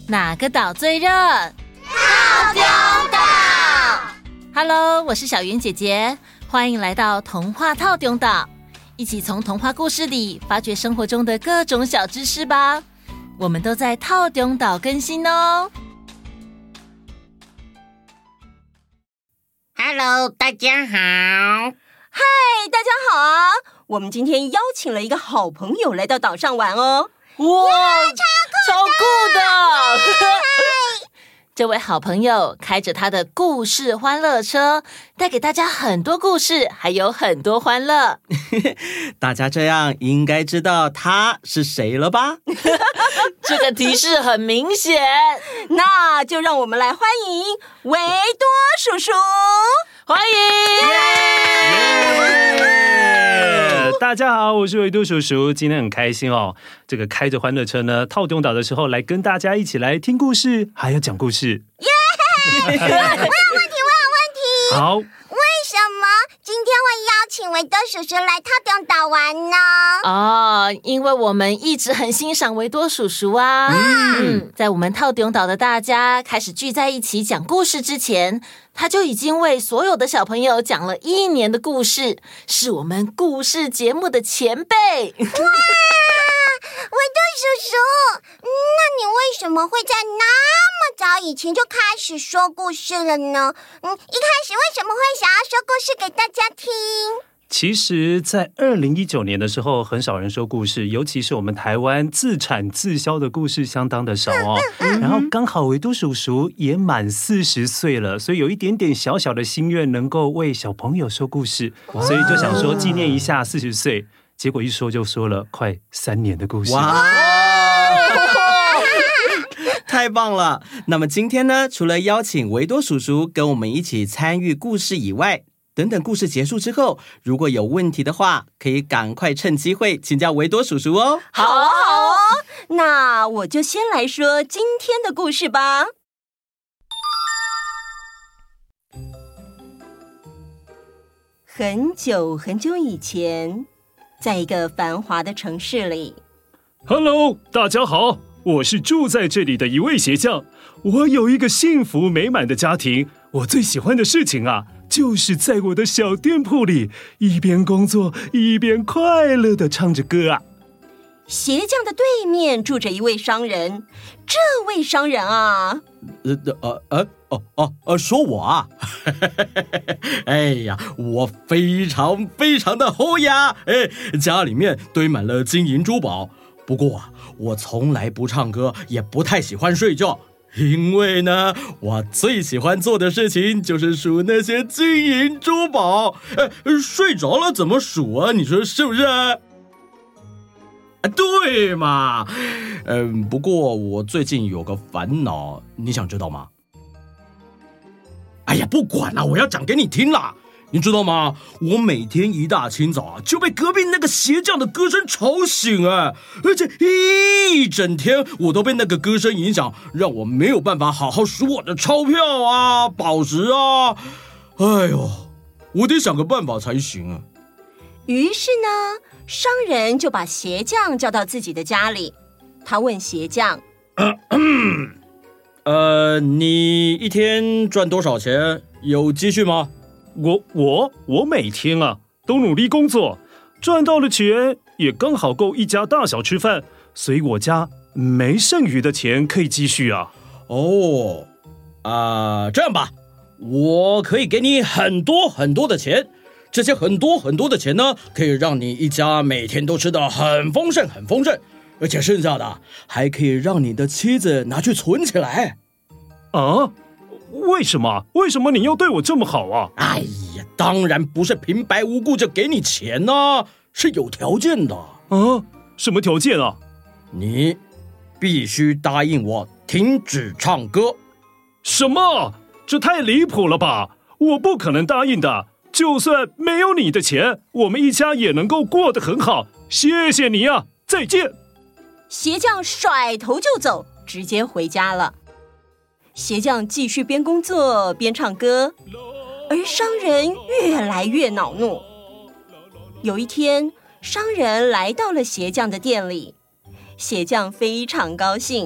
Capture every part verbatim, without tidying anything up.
哪个岛最热？ 套丢岛。 Hello， 我是小云姐姐，欢迎来到童话套丢岛，一起从童话故事里发掘生活中的各种小知识吧。我们都在套丢岛更新哦。 Hello， 大家好。 嗨，大家好啊！我们今天邀请了一个好朋友来到岛上玩哦。 哇，超酷的！这位好朋友开着他的故事欢乐车，带给大家很多故事，还有很多欢乐。 大家这样应该知道他是谁了吧？ 这个提示很明显。 那就让我们来欢迎维多叔叔， 欢迎！ yeah! 大家好，我是维多叔叔，今天很开心哦。这个开着欢乐车呢，套丢岛的时候来跟大家一起来听故事，还要讲故事。 耶！我有问题，我有问题。 好， 为什么今天会邀请维多叔叔来套丢岛玩呢？ 哦，因为我们一直很欣赏维多叔叔啊。嗯，嗯在我们套丢岛的大家开始聚在一起讲故事之前，他就已经为所有的小朋友讲了一年的故事，是我们故事节目的前辈。 哇！维多叔叔，那你为什么会在那么早以前就开始说故事了呢？嗯，一开始为什么会想要说故事给大家听？ 其实在二零一九年的时候很少人说故事，尤其是我们台湾自产自销的故事相当的少哦。然后刚好维多叔叔也满四十岁了，所以有一点点小小的心愿能够为小朋友说故事，所以就想说纪念一下四十岁，结果一说就说了快三年的故事。 哇！太棒了！那么今天呢，除了邀请维多叔叔跟我们一起参与故事以外，等等故事结束之后，如果有问题的话，可以赶快趁机会请教维多叔叔哦。 好哦，好哦。那我就先来说今天的故事吧。很久很久以前，在一个繁华的城市里。 Hello， 大家好，我是住在这里的一位鞋匠。我有一个幸福美满的家庭，我最喜欢的事情啊，就是在我的小店铺里，一边工作一边快乐地唱着歌啊。 鞋匠的对面住着一位商人，这位商人啊， 呃呃呃哦哦呃，说我啊，哎呀，我非常非常的厚呀，哎，家里面堆满了金银珠宝。不过啊，我从来不唱歌，也不太喜欢睡觉。因为呢，我最喜欢做的事情就是数那些金银珠宝。呃，睡着了怎么数啊？你说是不是？啊，对嘛。嗯，不过我最近有个烦恼，你想知道吗？哎呀，不管了，我要讲给你听啦。你知道吗？我每天一大清早啊，就被隔壁那个鞋匠的歌声吵醒哎，而且一整天我都被那个歌声影响，让我没有办法好好数我的钞票啊、宝石啊。哎呦，我得想个办法才行啊。 于是呢，商人就把鞋匠叫到自己的家里。他问鞋匠： 呃，你一天赚多少钱？有积蓄吗？ 我我我每天啊都努力工作，赚到了钱也刚好够一家大小吃饭，所以我家没剩余的钱可以积蓄啊。 哦，啊、呃，这样吧，我可以给你很多很多的钱，这些很多很多的钱呢，可以让你一家每天都吃得很丰盛很丰盛，而且剩下的还可以让你的妻子拿去存起来。 啊？为什么？为什么你要对我这么好啊？ 哎呀，当然不是平白无故就给你钱啊，是有条件的。 啊？什么条件啊？ 你必须答应我停止唱歌。 什么？这太离谱了吧！我不可能答应的。就算没有你的钱，我们一家也能够过得很好。谢谢你啊，再见。 鞋匠甩头就走，直接回家了。鞋匠继续边工作边唱歌，而商人越来越恼怒。有一天，商人来到了鞋匠的店里，鞋匠非常高兴，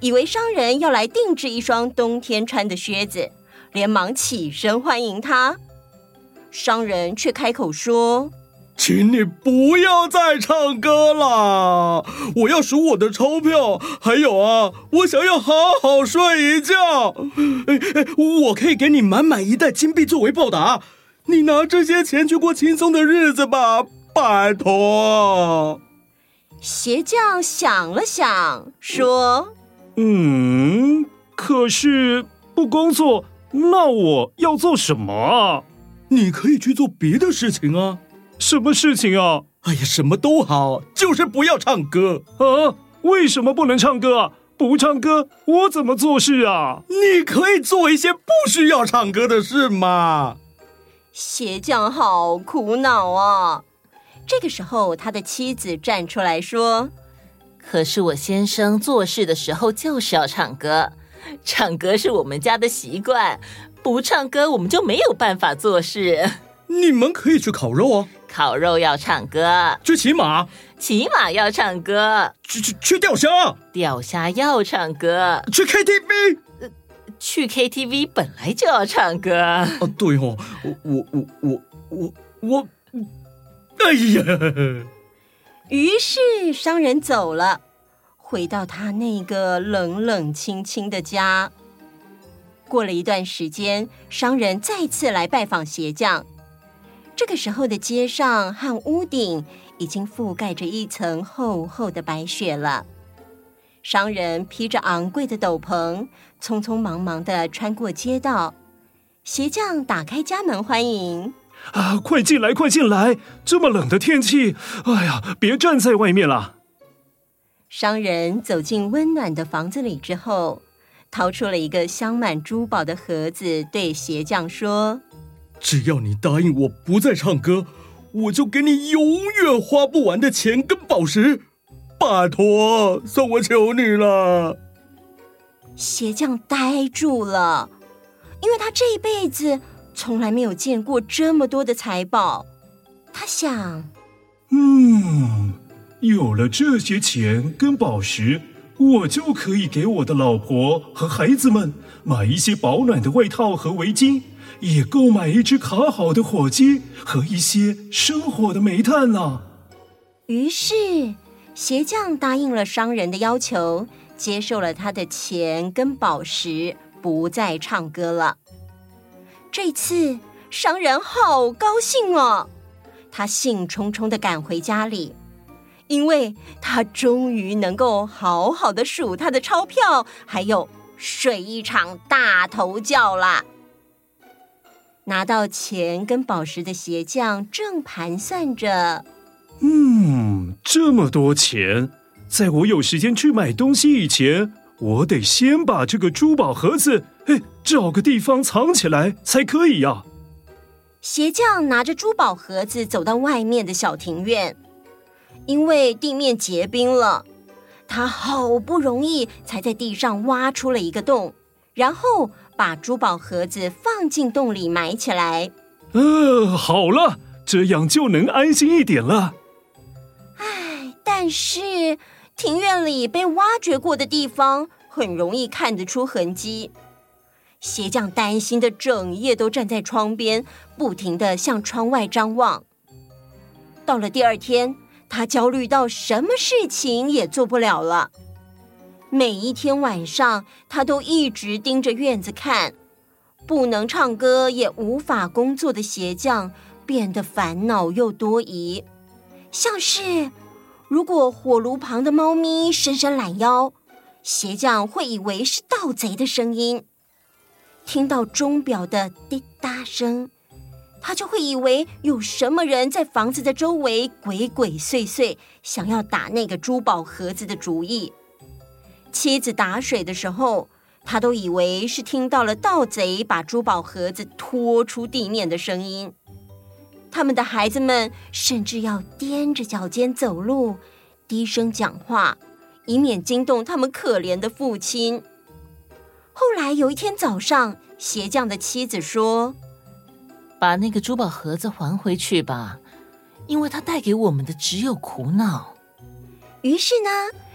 以为商人要来定制一双冬天穿的靴子，连忙起身欢迎他。商人却开口说： 请你不要再唱歌了，我要数我的钞票，还有啊，我想要好好睡一觉。哎哎，我可以给你满满一袋金币作为报答，你拿这些钱去过轻松的日子吧，拜托。 鞋匠想了想，说： 嗯，可是不工作，那我要做什么啊？ 你可以去做别的事情啊。 什么事情啊？ 哎呀，什么都好，就是不要唱歌啊！为什么不能唱歌啊？不唱歌，我怎么做事啊？ 你可以做一些不需要唱歌的事嘛。 鞋匠好苦恼啊！这个时候，他的妻子站出来说： 可是我先生做事的时候就是要唱歌，唱歌是我们家的习惯，不唱歌我们就没有办法做事。 你们可以去烤肉啊， 烤肉要唱歌； 去骑马， 骑马要唱歌； 去去去钓虾， 钓虾要唱歌； 去 K T V， 呃，去 K T V 本来就要唱歌。 啊，对哦，我我我我我我，哎呀！ 于是商人走了，回到他那个冷冷清清的家。过了一段时间，商人再次来拜访鞋匠。这个时候的街上和屋顶已经覆盖着一层厚厚的白雪了。商人披着昂贵的斗篷，匆匆忙忙地穿过街道。鞋匠打开家门欢迎： 啊，快进来，快进来！这么冷的天气，哎呀，别站在外面了。 商人走进温暖的房子里之后，掏出了一个镶满珠宝的盒子，对鞋匠说： 只要你答应我不再唱歌，我就给你永远花不完的钱跟宝石，拜托，算我求你了。 鞋匠呆住了，因为他这一辈子从来没有见过这么多的财宝。他想， 嗯，有了这些钱跟宝石，我就可以给我的老婆和孩子们买一些保暖的外套和围巾，也购买一只烤好的火鸡和一些生火的煤炭了。 于是鞋匠答应了商人的要求，接受了他的钱跟宝石，不再唱歌了。这次商人好高兴哦，他兴冲冲地赶回家里，因为他终于能够好好的数他的钞票，还有睡一场大头觉啦。拿到钱跟宝石的鞋匠正盘算着， 嗯，这么多钱，在我有时间去买东西以前，我得先把这个珠宝盒子，嘿，找个地方藏起来才可以呀。 鞋匠拿着珠宝盒子走到外面的小庭院，因为地面结冰了，他好不容易才在地上挖出了一个洞，然后把珠宝盒子放进洞里埋起来。 呃，好了，这样就能安心一点了。 唉，但是庭院里被挖掘过的地方很容易看得出痕迹。鞋匠担心的整夜都站在窗边，不停地向窗外张望。到了第二天，他焦虑到什么事情也做不了了。每一天晚上，他都一直盯着院子看。不能唱歌也无法工作的鞋匠变得烦恼又多疑，像是如果火炉旁的猫咪伸伸懒腰，鞋匠会以为是盗贼的声音；听到钟表的滴答声，他就会以为有什么人在房子的周围鬼鬼祟祟，想要打那个珠宝盒子的主意。妻子打水的时候，他都以为是听到了盗贼把珠宝盒子拖出地面的声音。他们的孩子们甚至要踮着脚尖走路，低声讲话，以免惊动他们可怜的父亲。后来有一天早上，鞋匠的妻子说： 把那个珠宝盒子还回去吧，因为它带给我们的只有苦恼。 于是呢，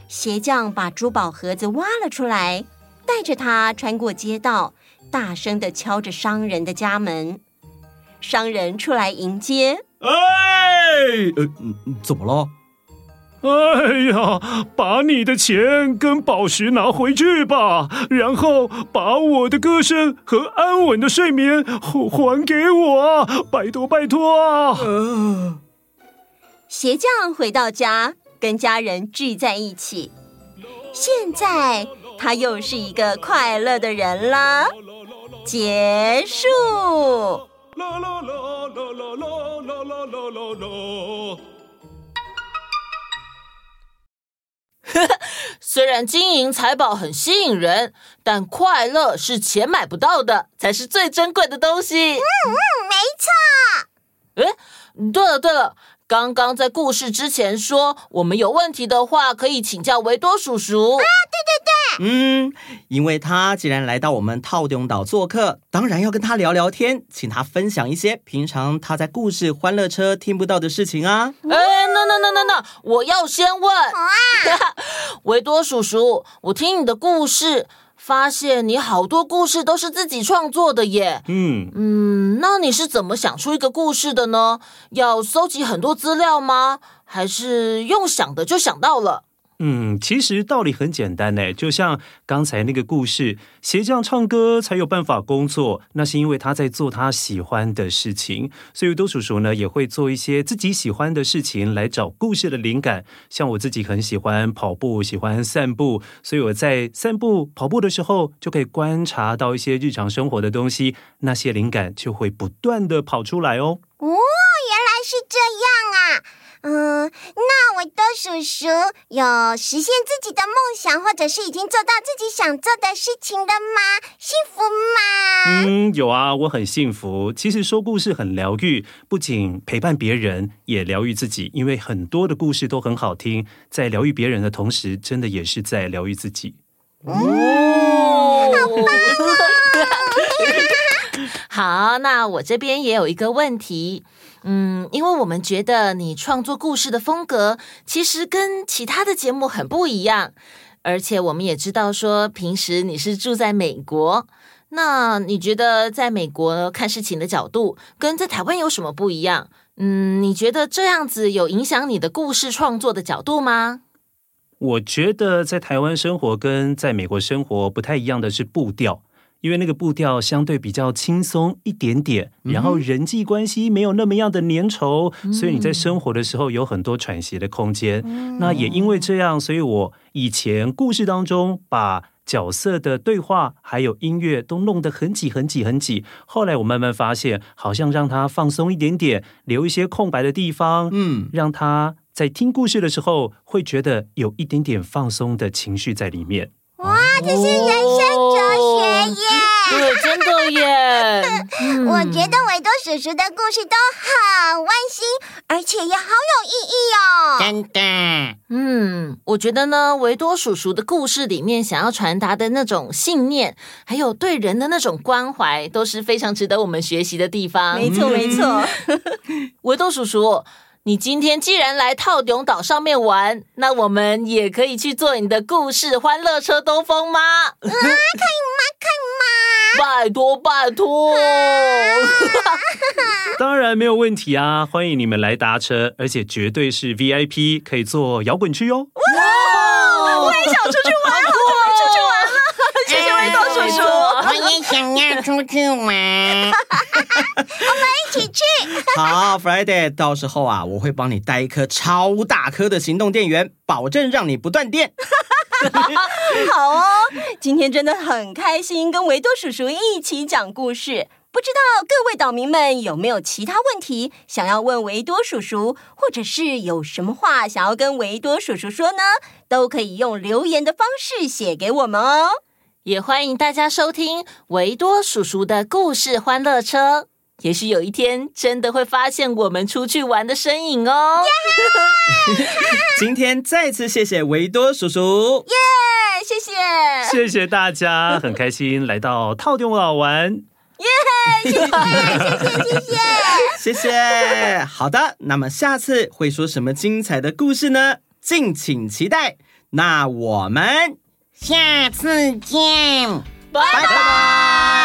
鞋匠把珠宝盒子挖了出来，带着它穿过街道，大声地敲着商人的家门。商人出来迎接。 哎，呃，怎么了？ 哎呀，把你的钱跟宝石拿回去吧，然后把我的歌声和安稳的睡眠还给我啊！拜托拜托啊！ 呃， 鞋匠回到家，跟家人聚在一起。现在他又是一个快乐的人了。结束。 啦啦啦啦啦啦啦啦啦啦。 虽然金银财宝很吸引人，但快乐是钱买不到的，才是最珍贵的东西。 嗯嗯，没错。 诶，对了对了，刚刚在故事之前说，我们有问题的话可以请教维多叔叔。 啊，对对对。 嗯，因为他既然来到我们套中岛做客，当然要跟他聊聊天，请他分享一些平常他在故事欢乐车听不到的事情啊。 哎，那那那那那，我要先问。维多叔叔，我听你的故事，发现你好多故事都是自己创作的耶。 嗯嗯，那你是怎么想出一个故事的呢？要搜集很多资料吗？还是用想的就想到了？ 嗯，其实道理很简单呢，就像刚才那个故事，鞋匠唱歌才有办法工作，那是因为他在做他喜欢的事情。所以多叔叔呢也会做一些自己喜欢的事情来找故事的灵感。像我自己很喜欢跑步，喜欢散步，所以我在散步跑步的时候就可以观察到一些日常生活的东西，那些灵感就会不断的跑出来哦。 哦，原来是这样啊。嗯，那维多叔叔有实现自己的梦想，或者是已经做到自己想做的事情了吗？幸福吗？ 嗯，有啊，我很幸福。其实说故事很疗愈，不仅陪伴别人，也疗愈自己。因为很多的故事都很好听，在疗愈别人的同时，真的也是在疗愈自己。 哦，好棒哦！好，那我这边也有一个问题。嗯，因为我们觉得你创作故事的风格其实跟其他的节目很不一样，而且我们也知道说平时你是住在美国，那你觉得在美国看事情的角度跟在台湾有什么不一样？嗯，你觉得这样子有影响你的故事创作的角度吗？ 我觉得在台湾生活跟在美国生活不太一样的是步调。因为那个步调相对比较轻松一点点，然后人际关系没有那么样的粘稠，嗯、所以你在生活的时候有很多喘息的空间。嗯、那也因为这样，所以我以前故事当中把角色的对话还有音乐都弄得很挤很挤很挤。后来我慢慢发现，好像让他放松一点点，留一些空白的地方，嗯，让他在听故事的时候会觉得有一点点放松的情绪在里面。 哇，这是人生哲学耶！ 对，真的耶、 嗯、我觉得维多叔叔的故事都很温馨，而且也好有意义哦。 真的。 嗯，我觉得呢，维多叔叔的故事里面想要传达的那种信念，还有对人的那种关怀，都是非常值得我们学习的地方。 没错没错。 维多叔叔，你今天既然来套顶岛上面玩，那我们也可以去坐你的故事欢乐车兜风吗？啊，可以吗？ 可以吗？ 拜托拜托！ 当然没有问题啊，欢迎你们来搭车，而且绝对是 V I P， 可以坐摇滚区哦。 哇，我也想出去玩，好久没出去玩了。谢谢维多叔叔， 我也想要出去玩。我们一起去。 好 ，Friday， 到时候啊，我会帮你带一颗超大颗的行动电源，保证让你不断电。 好哦，今天真的很开心，跟维多叔叔一起讲故事。不知道各位岛民们有没有其他问题想要问维多叔叔，或者是有什么话想要跟维多叔叔说呢？都可以用留言的方式写给我们哦。 也欢迎大家收听维多叔叔的故事欢乐车，也许有一天真的会发现我们出去玩的身影哦。 今天再次谢谢维多叔叔， 耶、yeah, 谢谢谢谢大家，很开心来到套顶岛玩， 耶、yeah, 谢谢谢谢谢谢谢谢。好的，那么下次会说什么精彩的故事呢？敬请期待。 那我们下次见， 拜拜。